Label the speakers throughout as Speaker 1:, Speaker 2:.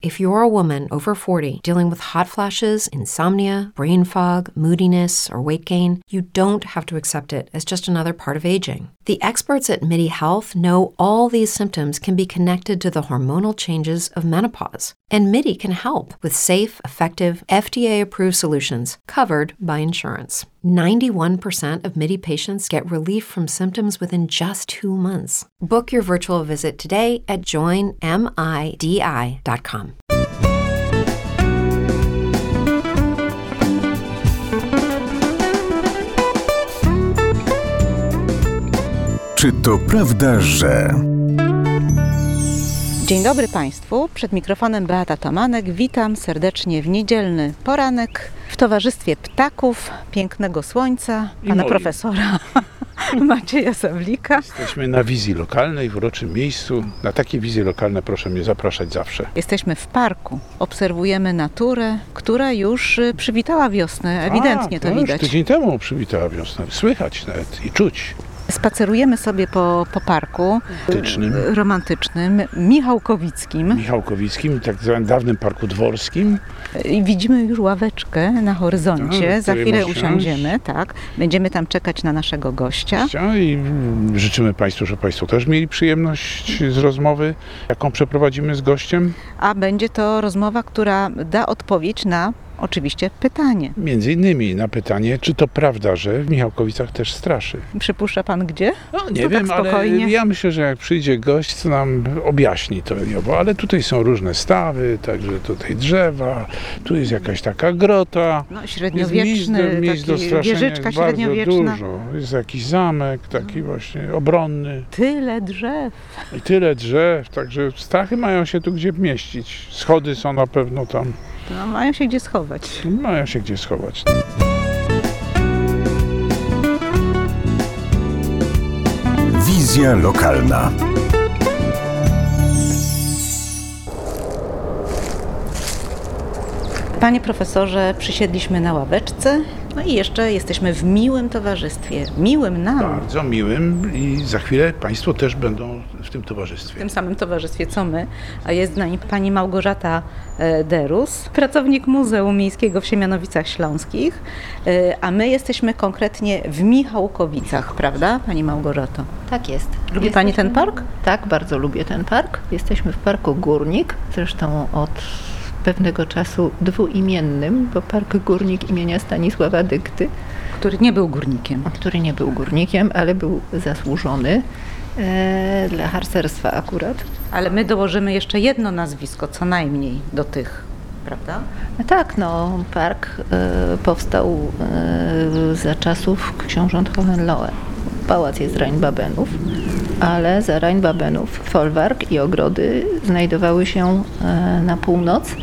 Speaker 1: If you're a woman over 40 dealing with hot flashes, insomnia, brain fog, moodiness, or weight gain, you don't have to accept it as just another part of aging. The experts at MIDI Health know all these symptoms can be connected to the hormonal changes of menopause. And MIDI can help with safe, effective, FDA-approved solutions covered by insurance. 91% of MIDI patients get relief from symptoms within just 2 months. Book your virtual visit today at joinmidi.com.
Speaker 2: Czy to prawda, że...
Speaker 3: Dzień dobry Państwu, przed mikrofonem Beata Tomanek. Witam serdecznie w niedzielny poranek w towarzystwie ptaków, pięknego słońca, pana profesora Macieja Sawlika.
Speaker 4: Jesteśmy na wizji lokalnej, w uroczym miejscu. Na takie wizje lokalne proszę mnie zapraszać zawsze.
Speaker 3: Jesteśmy w parku, obserwujemy naturę, która już przywitała wiosnę, ewidentnie to widać.
Speaker 4: Już tydzień temu przywitała wiosnę, słychać nawet i czuć.
Speaker 3: Spacerujemy sobie po parku romantycznym, Michałkowickim, tak zwanym dawnym parku dworskim. I widzimy już ławeczkę na horyzoncie, za chwilę usiądziemy, tak. Będziemy tam czekać na naszego gościa.
Speaker 4: I życzymy Państwu, żeby Państwo też mieli przyjemność z rozmowy, jaką przeprowadzimy z gościem.
Speaker 3: A będzie to rozmowa, która da odpowiedź na oczywiście pytanie.
Speaker 4: Między innymi na pytanie, czy to prawda, że w Michałkowicach też straszy.
Speaker 3: Przypuszcza pan gdzie?
Speaker 4: No nie wiem, tak ale ja myślę, że jak przyjdzie gość, to nam objaśni to, ale tutaj są różne stawy, także tutaj drzewa, tu jest jakaś taka grota.
Speaker 3: No średniowieczny,
Speaker 4: miejsc do straszenia
Speaker 3: wieżyczka
Speaker 4: jest bardzo
Speaker 3: średniowieczna.
Speaker 4: dużo. Jest jakiś zamek, taki właśnie obronny.
Speaker 3: Tyle drzew.
Speaker 4: I tyle drzew, także strachy mają się tu gdzie mieścić. Schody są na pewno tam.
Speaker 3: No, mają się gdzie schować.
Speaker 4: Mają się gdzie schować.
Speaker 2: Wizja lokalna.
Speaker 3: Panie profesorze, przysiedliśmy na ławeczce, no i jeszcze jesteśmy w miłym towarzystwie, miłym nam.
Speaker 4: Bardzo miłym i za chwilę Państwo też będą w tym towarzystwie.
Speaker 3: W tym samym towarzystwie co my, a jest z nami pani Małgorzata Derus, pracownik Muzeum Miejskiego w Siemianowicach Śląskich, a my jesteśmy konkretnie w Michałkowicach, prawda pani Małgorzato?
Speaker 5: Tak jest.
Speaker 3: Lubi pani ten park?
Speaker 5: Tak, bardzo lubię ten park. Jesteśmy w Parku Górnik, zresztą od pewnego czasu dwuimiennym, bo Park Górnik imienia Stanisława Dykty.
Speaker 3: Który nie był górnikiem.
Speaker 5: Który nie był górnikiem, ale był zasłużony dla harcerstwa akurat.
Speaker 3: Ale my dołożymy jeszcze jedno nazwisko, co najmniej do tych, prawda?
Speaker 5: Tak, no park powstał za czasów książąt Hohenlohe. Pałac jest Rheinbabenów, ale za Rheinbabenów folwark i ogrody znajdowały się na północ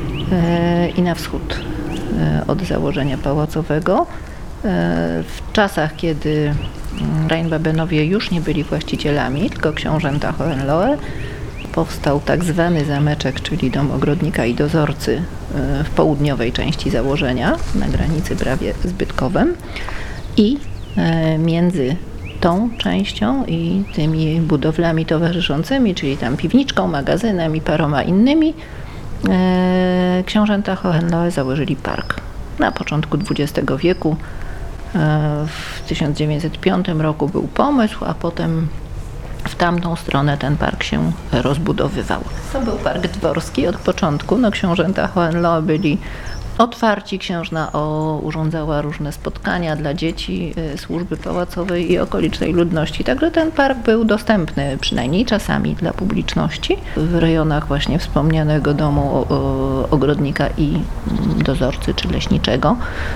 Speaker 5: i na wschód od założenia pałacowego. W czasach, kiedy Rheinbabenowie już nie byli właścicielami, tylko książęta Hohenlohe, powstał tak zwany zameczek, czyli dom ogrodnika i dozorcy w południowej części założenia, na granicy prawie z Bytkowem, i między tą częścią i tymi budowlami towarzyszącymi, czyli tam piwniczką, magazynem i paroma innymi, książęta Hohenlohe założyli park. Na początku XX wieku, w 1905 roku był pomysł, a potem w tamtą stronę ten park się rozbudowywał. To był park dworski od początku. No, książęta Hohenlohe byli otwarci, księżna urządzała różne spotkania dla dzieci, służby pałacowej i okolicznej ludności. Także ten park był dostępny przynajmniej czasami dla publiczności. W rejonach właśnie wspomnianego domu ogrodnika i dozorcy czy leśniczego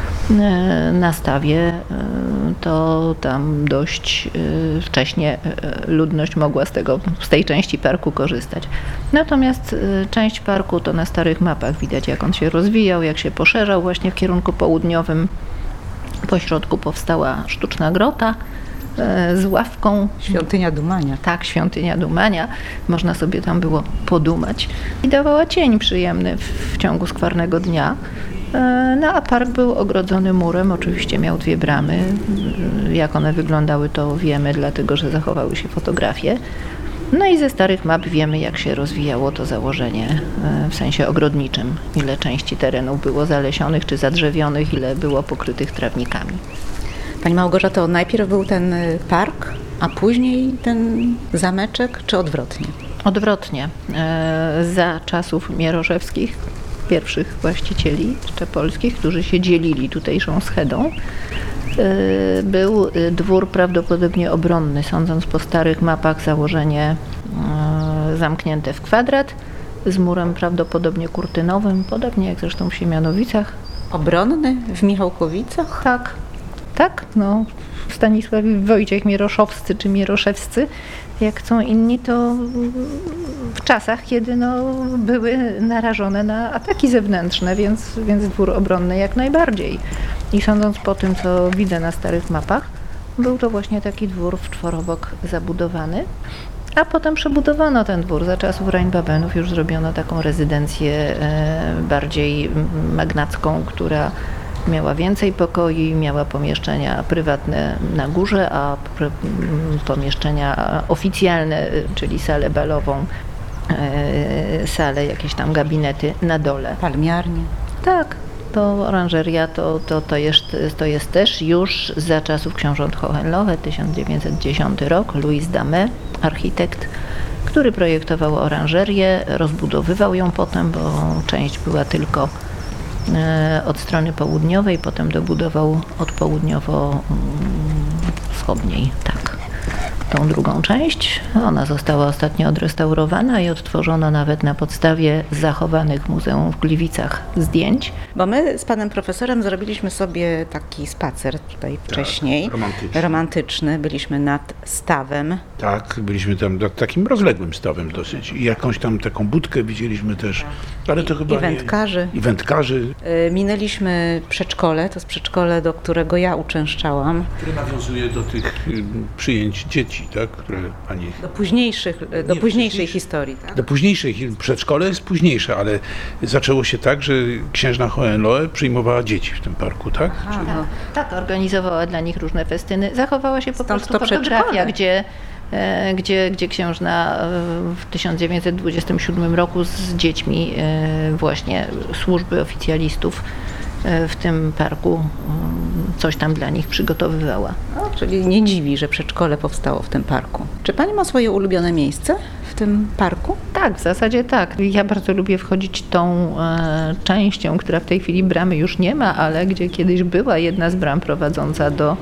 Speaker 5: na stawie, to tam dość wcześnie ludność mogła z tej części parku korzystać. Natomiast część parku to na starych mapach widać, jak on się rozwijał, jak się poszerzał właśnie w kierunku południowym. Po środku powstała sztuczna grota z ławką.
Speaker 3: Świątynia dumania.
Speaker 5: Tak, świątynia dumania. Można sobie tam było podumać i dawała cień przyjemny w ciągu skwarnego dnia. No a park był ogrodzony murem, oczywiście miał 2 bramy. Jak one wyglądały, to wiemy, dlatego że zachowały się fotografie. No i ze starych map wiemy, jak się rozwijało to założenie w sensie ogrodniczym. Ile części terenów było zalesionych czy zadrzewionych, ile było pokrytych trawnikami.
Speaker 3: Pani Małgorzato, najpierw był ten park, a później ten zameczek, czy odwrotnie?
Speaker 5: Odwrotnie. Za czasów mieroszewskich, pierwszych właścicieli jeszcze polskich, którzy się dzielili tutejszą schedą, był dwór prawdopodobnie obronny, sądząc po starych mapach założenie zamknięte w kwadrat, z murem prawdopodobnie kurtynowym, podobnie jak zresztą w Siemianowicach.
Speaker 3: Obronny w Michałkowicach?
Speaker 5: Tak, no Stanisław i Wojciech Mieroszowscy czy Mieroszewscy, jak chcą inni, to w czasach, kiedy były narażone na ataki zewnętrzne, więc dwór obronny jak najbardziej. I sądząc po tym, co widzę na starych mapach, był to właśnie taki dwór w czworobok zabudowany. A potem przebudowano ten dwór. Za czasów Rheinbabenów już zrobiono taką rezydencję bardziej magnacką, która miała więcej pokoi, miała pomieszczenia prywatne na górze, a pomieszczenia oficjalne, czyli salę balową, salę, jakieś tam gabinety na dole.
Speaker 3: Palmiarnie.
Speaker 5: Tak, to oranżeria to jest też już za czasów książąt Hohenlohe, 1910 rok, Louis Damet, architekt, który projektował oranżerię, rozbudowywał ją potem, bo część była tylko od strony południowej, potem dobudował od południowo-wschodniej, tak, tą drugą część. Ona została ostatnio odrestaurowana i odtworzona nawet na podstawie zachowanych w Muzeum w Gliwicach zdjęć.
Speaker 3: Bo my z panem profesorem zrobiliśmy sobie taki spacer tutaj wcześniej, romantyczny. Byliśmy nad stawem.
Speaker 4: Tak, byliśmy tam nad takim rozległym stawem dosyć i jakąś tam taką budkę widzieliśmy też, ale to chyba
Speaker 3: I wędkarzy. Minęliśmy przedszkole, to jest przedszkole, do którego ja uczęszczałam.
Speaker 4: Które nawiązuje do tych przyjęć dzieci, tak, które pani...
Speaker 3: Do późniejszej historii, tak?
Speaker 4: Do późniejszej, przedszkole jest późniejsze, ale zaczęło się tak, że księżna Hohenlohe przyjmowała dzieci w tym parku, tak?
Speaker 5: Aha, tak, organizowała dla nich różne festyny. Zachowała się po prostu fotografia, gdzie księżna w 1927 roku z dziećmi właśnie służby oficjalistów w tym parku coś tam dla nich przygotowywała.
Speaker 3: No, czyli nie dziwi, że przedszkole powstało w tym parku. Czy pani ma swoje ulubione miejsce w tym parku?
Speaker 5: Tak, w zasadzie tak. Ja bardzo lubię wchodzić tą częścią, która w tej chwili bramy już nie ma, ale gdzie kiedyś była jedna z bram prowadząca do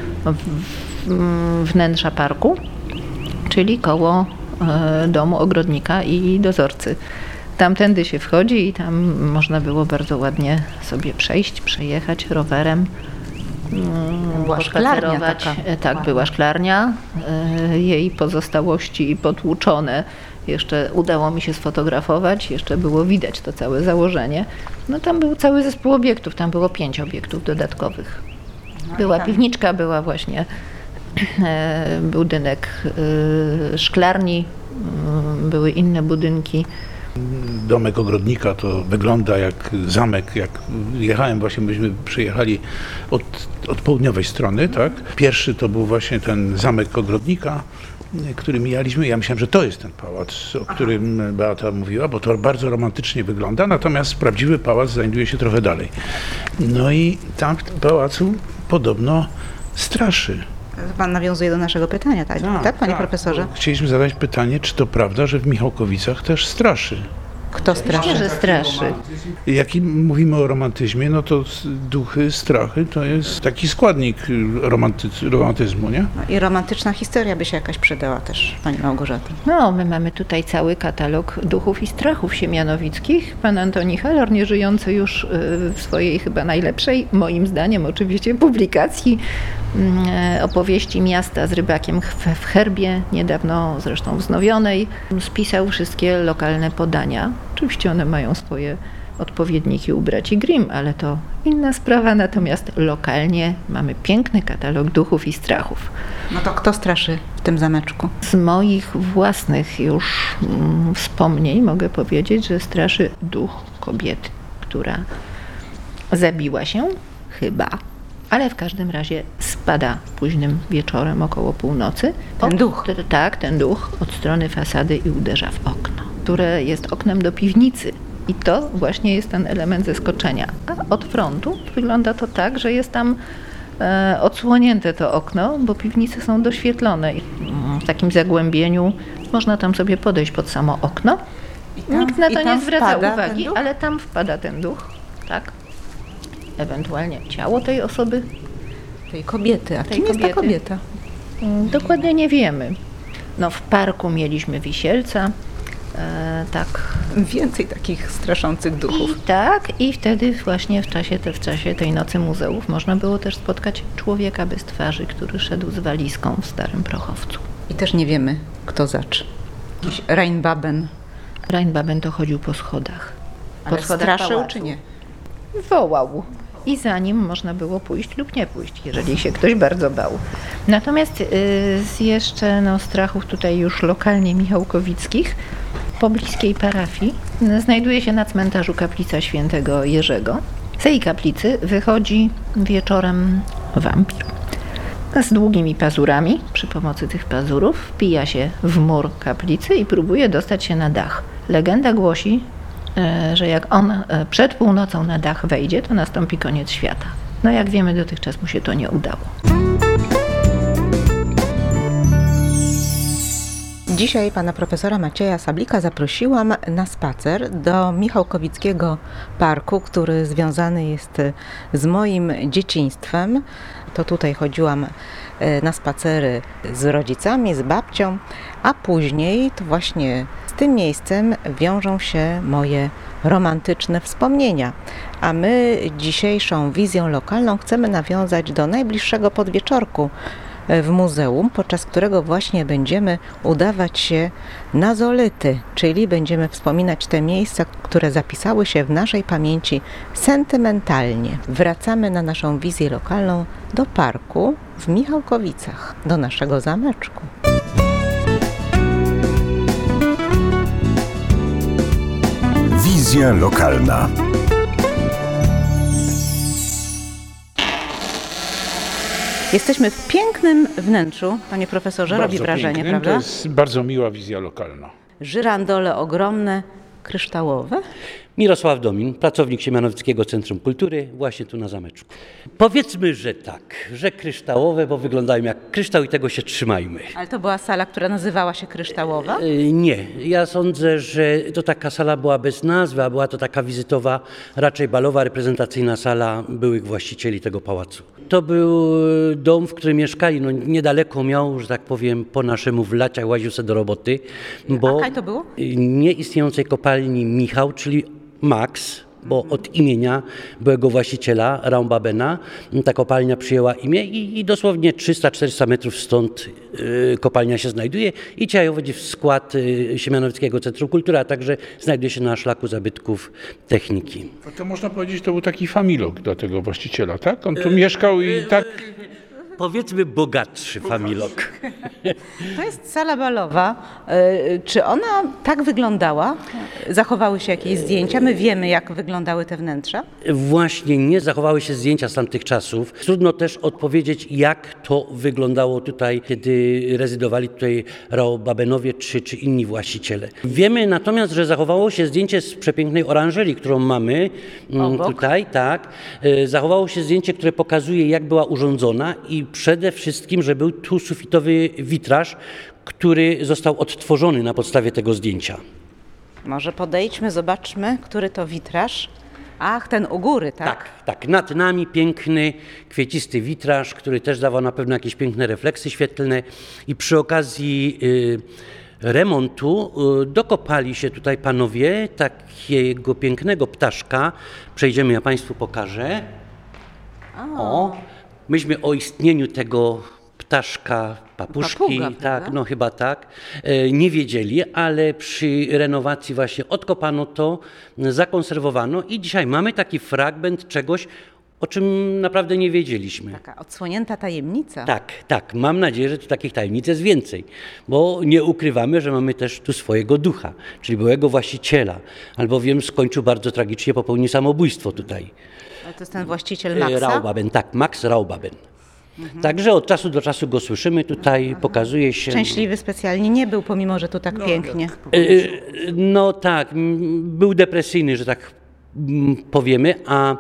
Speaker 5: wnętrza parku, czyli koło domu ogrodnika i dozorcy. Tamtędy się wchodzi i tam można było bardzo ładnie sobie przejść, przejechać rowerem,
Speaker 3: była szklarnia taka.
Speaker 5: Tak, była szklarnia, jej pozostałości potłuczone jeszcze udało mi się sfotografować, jeszcze było widać to całe założenie. No tam był cały zespół obiektów, tam było 5 obiektów dodatkowych. Była piwniczka, była właśnie budynek szklarni, były inne budynki.
Speaker 4: Domek ogrodnika to wygląda jak zamek, jak jechałem właśnie, myśmy przyjechali od południowej strony, tak? Pierwszy to był właśnie ten zamek ogrodnika, który mijaliśmy. Ja myślałem, że to jest ten pałac, o którym Beata mówiła, bo to bardzo romantycznie wygląda, natomiast prawdziwy pałac znajduje się trochę dalej. No i tam w tym pałacu podobno straszy.
Speaker 3: Pan nawiązuje do naszego pytania, tak panie profesorze?
Speaker 4: Chcieliśmy zadać pytanie, czy to prawda, że w Michałkowicach też straszy?
Speaker 3: Kto straszy?
Speaker 5: Myślę, że straszy.
Speaker 4: Jak mówimy o romantyzmie, no to duchy, strachy to jest taki składnik romantyzmu, nie?
Speaker 3: No i romantyczna historia by się jakaś przydała też, pani Małgorzato.
Speaker 5: No, my mamy tutaj cały katalog duchów i strachów siemianowickich. Pan Antoni Halor, nie żyjący już w swojej chyba najlepszej, moim zdaniem oczywiście, publikacji opowieści miasta z rybakiem w herbie, niedawno zresztą wznowionej, spisał wszystkie lokalne podania. Oczywiście one mają swoje odpowiedniki u braci Grimm, ale to inna sprawa, natomiast lokalnie mamy piękny katalog duchów i strachów.
Speaker 3: No to kto straszy w tym zameczku?
Speaker 5: Z moich własnych już wspomnień mogę powiedzieć, że straszy duch kobiety, która zabiła się chyba, ale w każdym razie wpada późnym wieczorem około północy.
Speaker 3: Ten duch.
Speaker 5: Tak, ten duch od strony fasady i uderza w okno, które jest oknem do piwnicy. I to właśnie jest ten element zaskoczenia. A od frontu wygląda to tak, że jest tam odsłonięte to okno, bo piwnice są doświetlone. I w takim zagłębieniu można tam sobie podejść pod samo okno. Nikt na to nie zwraca uwagi, ale tam wpada ten duch, tak. Ewentualnie ciało tej osoby.
Speaker 3: Tej kobiety. A kim jest ta kobieta?
Speaker 5: Dokładnie nie wiemy. No, w parku mieliśmy wisielca, tak.
Speaker 3: Więcej takich straszących duchów.
Speaker 5: I wtedy właśnie w czasie tej nocy muzeów można było też spotkać człowieka bez twarzy, który szedł z walizką w starym prochowcu.
Speaker 3: I też nie wiemy, kto zaczął. Jakiś Rheinbaben.
Speaker 5: Rheinbaben to chodził po schodach.
Speaker 3: Ale straszył czy nie?
Speaker 5: Wołał. I za nim można było pójść lub nie pójść, jeżeli się ktoś bardzo bał. Natomiast z jeszcze strachów tutaj już lokalnie michałkowickich, w pobliskiej parafii znajduje się na cmentarzu kaplica świętego Jerzego. Z tej kaplicy wychodzi wieczorem wampir z długimi pazurami. Przy pomocy tych pazurów wpija się w mur kaplicy i próbuje dostać się na dach. Legenda głosi, że jak on przed północą na dach wejdzie, to nastąpi koniec świata. No jak wiemy, dotychczas mu się to nie udało.
Speaker 3: Dzisiaj pana profesora Macieja Sablika zaprosiłam na spacer do Michałkowickiego Parku, który związany jest z moim dzieciństwem. To tutaj chodziłam na spacery z rodzicami, z babcią, a później to właśnie z tym miejscem wiążą się moje romantyczne wspomnienia. A my dzisiejszą wizją lokalną chcemy nawiązać do najbliższego podwieczorku w muzeum, podczas którego właśnie będziemy udawać się na Zolyty, czyli będziemy wspominać te miejsca, które zapisały się w naszej pamięci sentymentalnie. Wracamy na naszą wizję lokalną do parku w Michałkowicach, do naszego zameczku.
Speaker 2: Wizja lokalna.
Speaker 3: Jesteśmy w pięknym wnętrzu, panie profesorze, robi wrażenie,
Speaker 4: pięknym,
Speaker 3: prawda?
Speaker 4: To jest bardzo miła wizja lokalna.
Speaker 3: Żyrandole ogromne, kryształowe.
Speaker 6: Mirosław Domin, pracownik Siemianowickiego Centrum Kultury, właśnie tu na zameczku. Powiedzmy, że tak, że kryształowe, bo wyglądają jak kryształ i tego się trzymajmy.
Speaker 3: Ale to była sala, która nazywała się Kryształowa?
Speaker 6: Nie, ja sądzę, że to taka sala była bez nazwy, a była to taka wizytowa, raczej balowa, reprezentacyjna sala byłych właścicieli tego pałacu. To był dom, w którym mieszkali, niedaleko miał, że tak powiem, po naszemu w laciach łaził se do roboty, bo
Speaker 3: A kaj to było?
Speaker 6: nieistniejącej kopalni Michał, czyli Max, bo od imienia byłego właściciela, Rheinbabena, ta kopalnia przyjęła imię i dosłownie 300-400 metrów stąd kopalnia się znajduje i dzisiaj wchodzi w skład Siemianowickiego Centrum Kultury, a także znajduje się na szlaku zabytków techniki.
Speaker 4: To można powiedzieć, to był taki familok dla tego właściciela, tak? On tu mieszkał i tak...
Speaker 6: Powiedzmy bogatszy familok.
Speaker 3: To jest sala balowa. Czy ona tak wyglądała? Zachowały się jakieś zdjęcia? My wiemy, jak wyglądały te wnętrza?
Speaker 6: Właśnie nie zachowały się zdjęcia z tamtych czasów. Trudno też odpowiedzieć, jak to wyglądało tutaj, kiedy rezydowali tutaj Rheinbabenowie czy inni właściciele. Wiemy natomiast, że zachowało się zdjęcie z przepięknej oranżerii, którą mamy tutaj, tak. Zachowało się zdjęcie, które pokazuje, jak była urządzona i przede wszystkim, że był tu sufitowy witraż, który został odtworzony na podstawie tego zdjęcia.
Speaker 3: Może podejdźmy, zobaczmy, który to witraż. Ach, ten u góry, tak?
Speaker 6: Tak. Nad nami piękny, kwiecisty witraż, który też dawał na pewno jakieś piękne refleksy świetlne i przy okazji remontu dokopali się tutaj panowie takiego pięknego ptaszka. Przejdziemy, ja Państwu pokażę. Myśmy o istnieniu tego ptaszka, papuszki, tak, chyba tak, nie wiedzieli, ale przy renowacji właśnie odkopano to, zakonserwowano i dzisiaj mamy taki fragment czegoś, o czym naprawdę nie wiedzieliśmy.
Speaker 3: Taka odsłonięta tajemnica.
Speaker 6: Tak. Mam nadzieję, że tu takich tajemnic jest więcej, bo nie ukrywamy, że mamy też tu swojego ducha, czyli byłego właściciela, albowiem skończył bardzo tragicznie, popełnił samobójstwo tutaj.
Speaker 3: Ale to jest ten właściciel Maxa?
Speaker 6: Rheinbaben, tak, Max Rheinbaben. Także od czasu do czasu go słyszymy, tutaj pokazuje się.
Speaker 3: Szczęśliwy specjalnie nie był, pomimo że tu tak pięknie.
Speaker 6: No tak, był depresyjny, że tak powiemy, a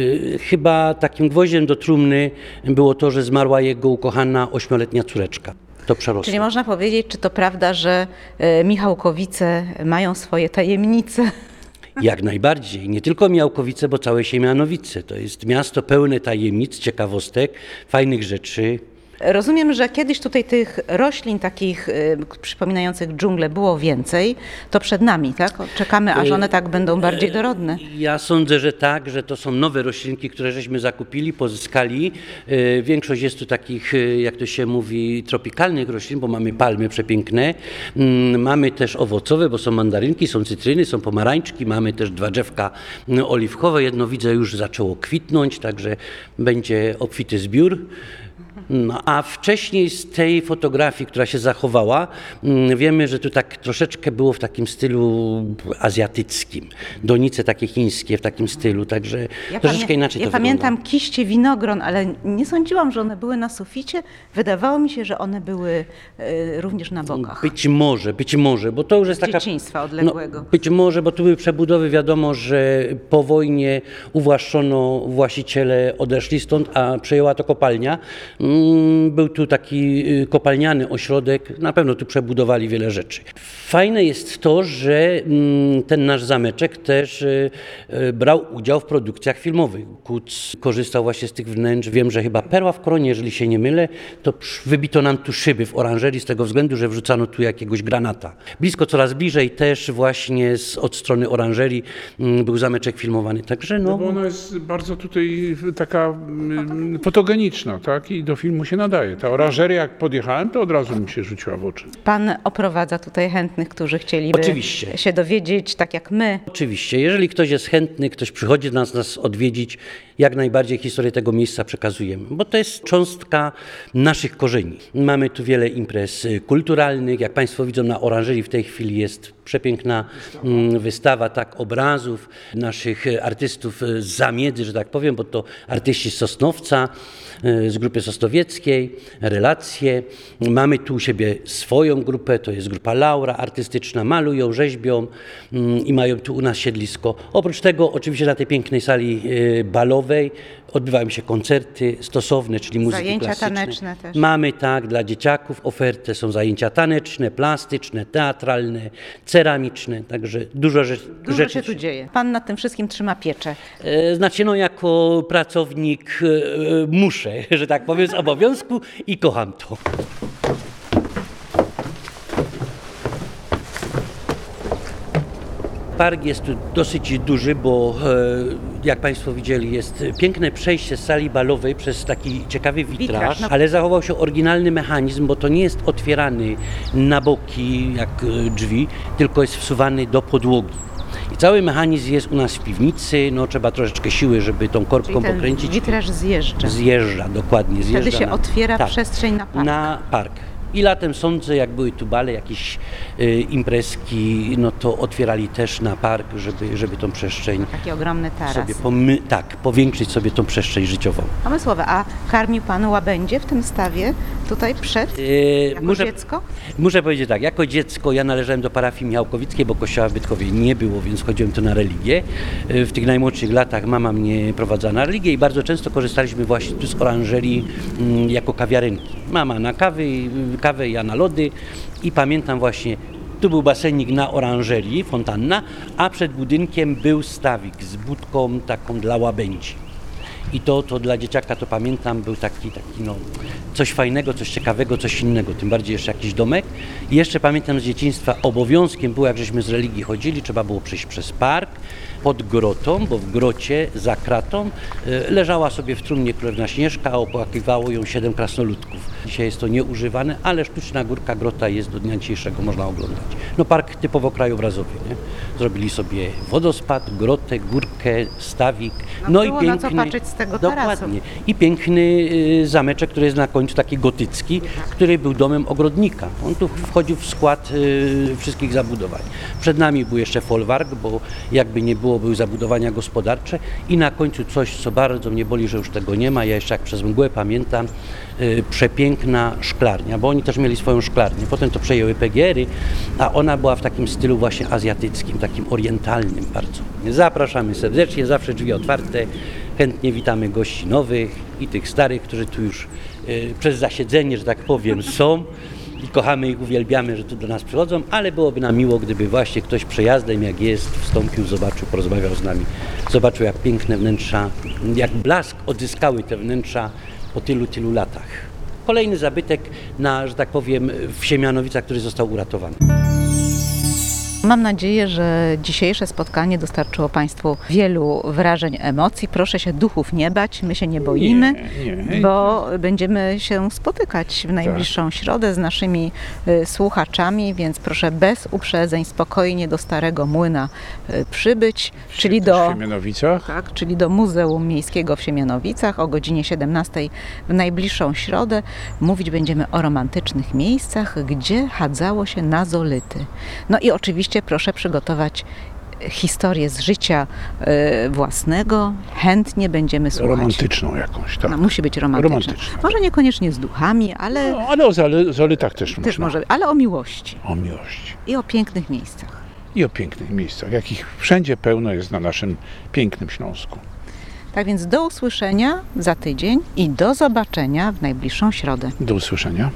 Speaker 6: chyba takim gwoździem do trumny było to, że zmarła jego ukochana 8-letnia córeczka. To przerosło.
Speaker 3: Czyli można powiedzieć, czy to prawda, że Michałkowice mają swoje tajemnice?
Speaker 6: Jak najbardziej. Nie tylko Michałkowice, bo całe Siemianowice. To jest miasto pełne tajemnic, ciekawostek, fajnych rzeczy.
Speaker 3: Rozumiem, że kiedyś tutaj tych roślin takich przypominających dżunglę było więcej. To przed nami, tak? Czekamy, aż one tak będą bardziej dorodne.
Speaker 6: Ja sądzę, że tak, że to są nowe roślinki, które żeśmy zakupili, pozyskali. Większość jest tu takich, jak to się mówi, tropikalnych roślin, bo mamy palmy przepiękne. Mamy też owocowe, bo są mandarynki, są cytryny, są pomarańczki. Mamy też 2 drzewka oliwkowe. Jedno widzę już zaczęło kwitnąć, także będzie obfity zbiór. No, a wcześniej z tej fotografii, która się zachowała, wiemy, że tu tak troszeczkę było w takim stylu azjatyckim. Donice takie chińskie w takim stylu, także troszeczkę inaczej to wygląda.
Speaker 3: Pamiętam kiście winogron, ale nie sądziłam, że one były na suficie. Wydawało mi się, że one były również na bokach.
Speaker 6: Być może, bo to już jest taka...
Speaker 3: dzieciństwa odległego.
Speaker 6: No, być może, bo tu były przebudowy, wiadomo, że po wojnie uwłaszczono, właściciele odeszli stąd, a przejęła to kopalnia. Był tu taki kopalniany ośrodek, na pewno tu przebudowali wiele rzeczy. Fajne jest to, że ten nasz zameczek też brał udział w produkcjach filmowych. Kuc korzystał właśnie z tych wnętrz. Wiem, że chyba Perła w Koronie, jeżeli się nie mylę, to wybito nam tu szyby w oranżerii z tego względu, że wrzucano tu jakiegoś granata. Blisko, coraz bliżej też właśnie od strony oranżerii był zameczek filmowany. Także
Speaker 4: no bo ona jest bardzo tutaj taka fotogeniczna, tak? I do filmu się nadaje. Ta oranżeria, jak podjechałem, to od razu mi się rzuciła w oczy.
Speaker 3: Pan oprowadza tutaj chętnych, którzy chcieliby się dowiedzieć, tak jak my.
Speaker 6: Oczywiście. Jeżeli ktoś jest chętny, ktoś przychodzi do nas odwiedzić, jak najbardziej historię tego miejsca przekazujemy, bo to jest cząstka naszych korzeni. Mamy tu wiele imprez kulturalnych. Jak Państwo widzą, na oranżerii w tej chwili jest przepiękna wystawa obrazów naszych artystów z Zamiedzy, że tak powiem, bo to artyści z Sosnowca, z grupy sosnowieckiej, relacje. Mamy tu u siebie swoją grupę, to jest grupa Laura artystyczna, malują, rzeźbią i mają tu u nas siedlisko. Oprócz tego oczywiście na tej pięknej sali balowej odbywają się koncerty stosowne, czyli muzyki
Speaker 3: zajęcia
Speaker 6: klasycznej.
Speaker 3: Taneczne też.
Speaker 6: Mamy dla dzieciaków ofertę, są zajęcia taneczne, plastyczne, teatralne, ceramiczne, także dużo rzeczy
Speaker 3: się tu dzieje. Pan nad tym wszystkim trzyma pieczę.
Speaker 6: Znaczy, jako pracownik muszę, że tak powiem, z obowiązku i kocham to. Park jest tu dosyć duży, bo jak Państwo widzieli, jest piękne przejście z sali balowej przez taki ciekawy witraż, ale zachował się oryginalny mechanizm, bo to nie jest otwierany na boki jak drzwi, tylko jest wsuwany do podłogi. I cały mechanizm jest u nas w piwnicy, trzeba troszeczkę siły, żeby tą korbką pokręcić.
Speaker 3: Witraż zjeżdża.
Speaker 6: Zjeżdża, dokładnie.
Speaker 3: Wtedy się otwiera przestrzeń na park.
Speaker 6: Na park. I latem sądzę, jak były tu bale, jakieś imprezki, to otwierali też na park, żeby tą przestrzeń...
Speaker 3: Taki ogromny taras.
Speaker 6: Sobie powiększyć sobie tą przestrzeń życiową.
Speaker 3: Pomysłowe. A karmił Pan łabędzie w tym stawie tutaj jako dziecko?
Speaker 6: Muszę powiedzieć tak, jako dziecko ja należałem do parafii michałkowickiej, bo kościoła w Bytkowie nie było, więc chodziłem tu na religię. W tych najmłodszych latach mama mnie prowadziła na religię i bardzo często korzystaliśmy właśnie tu z oranżerii jako kawiarenki. Mama na kawę, ja na lody i pamiętam właśnie, tu był basenik na oranżerii, fontanna, a przed budynkiem był stawik z budką taką dla łabędzi. I to dla dzieciaka, to pamiętam, był taki coś fajnego, coś ciekawego, coś innego, tym bardziej jeszcze jakiś domek. I jeszcze pamiętam z dzieciństwa, obowiązkiem było, jak żeśmy z religii chodzili, trzeba było przejść przez park, pod grotą, bo w grocie, za kratą, leżała sobie w trumnie królewna Śnieżka, a opłakiwało ją 7 krasnoludków. Dzisiaj jest to nieużywane, ale sztuczna grota jest do dnia dzisiejszego, można oglądać. Park typowo krajobrazowy, nie? Zrobili sobie wodospad, grotę, górkę, stawik.
Speaker 3: Było
Speaker 6: i piękny.
Speaker 3: na co patrzeć z XVII tarasu.
Speaker 6: Dokładnie. I piękny zameczek, który jest na końcu taki gotycki, który był domem ogrodnika. On tu wchodził w skład wszystkich zabudowań. Przed nami był jeszcze folwark, bo jakby nie było, były zabudowania gospodarcze i na końcu coś, co bardzo mnie boli, że już tego nie ma. Ja jeszcze jak przez mgłę pamiętam, przepiękna szklarnia, bo oni też mieli swoją szklarnię. Potem to przejęły PGR-y, a ona była w takim stylu właśnie azjatyckim, takim orientalnym bardzo. Zapraszamy serdecznie, zawsze drzwi otwarte, chętnie witamy gości nowych i tych starych, którzy tu już przez zasiedzenie, że tak powiem, są i kochamy ich, uwielbiamy, że tu do nas przychodzą, ale byłoby nam miło, gdyby właśnie ktoś przejazdem, jak jest, wstąpił, zobaczył, porozmawiał z nami, zobaczył jak piękne wnętrza, jak blask odzyskały te wnętrza po tylu latach. Kolejny zabytek na, że tak powiem, w Siemianowicach, który został uratowany.
Speaker 3: Mam nadzieję, że dzisiejsze spotkanie dostarczyło Państwu wielu wrażeń, emocji. Proszę się duchów nie bać, my się nie boimy, bo będziemy się spotykać w najbliższą środę z naszymi słuchaczami, więc proszę bez uprzedzeń, spokojnie do Starego Młyna przybyć, czyli do
Speaker 4: Siemianowicach.
Speaker 3: Tak, czyli do Muzeum Miejskiego w Siemianowicach o godzinie 17 w najbliższą środę. Mówić będziemy o romantycznych miejscach, gdzie chadzało się na zolity. No i oczywiście proszę przygotować historię z życia własnego. Chętnie będziemy słuchać.
Speaker 4: Romantyczną jakąś, tak.
Speaker 3: No, musi być romantyczna. Może niekoniecznie z duchami, ale...
Speaker 4: No, ale o zolitach też można.
Speaker 3: Może, ale o miłości.
Speaker 4: O miłości.
Speaker 3: I o pięknych miejscach.
Speaker 4: I o pięknych miejscach, jakich wszędzie pełno jest na naszym pięknym Śląsku.
Speaker 3: Tak więc do usłyszenia za tydzień i do zobaczenia w najbliższą środę.
Speaker 4: Do usłyszenia.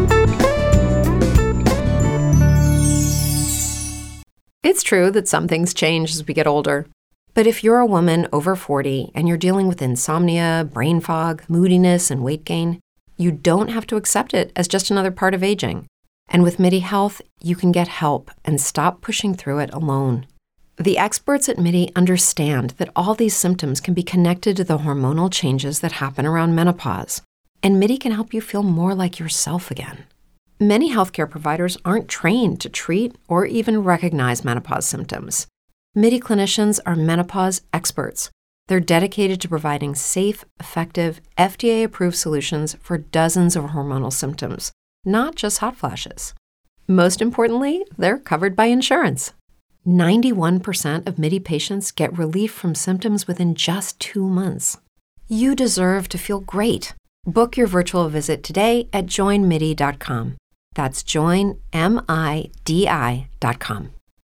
Speaker 1: It's true that some things change as we get older. But if you're a woman over 40 and you're dealing with insomnia, brain fog, moodiness, and weight gain, you don't have to accept it as just another part of aging. And with MIDI Health, you can get help and stop pushing through it alone. The experts at MIDI understand that all these symptoms can be connected to the hormonal changes that happen around menopause. And MIDI can help you feel more like yourself again. Many healthcare providers aren't trained to treat or even recognize menopause symptoms. MIDI clinicians are menopause experts. They're dedicated to providing safe, effective, FDA-approved solutions for dozens of hormonal symptoms, not just hot flashes. Most importantly, they're covered by insurance. 91% of MIDI patients get relief from symptoms within just 2 months. You deserve to feel great. Book your virtual visit today at joinmidi.com. That's joinmidi.com.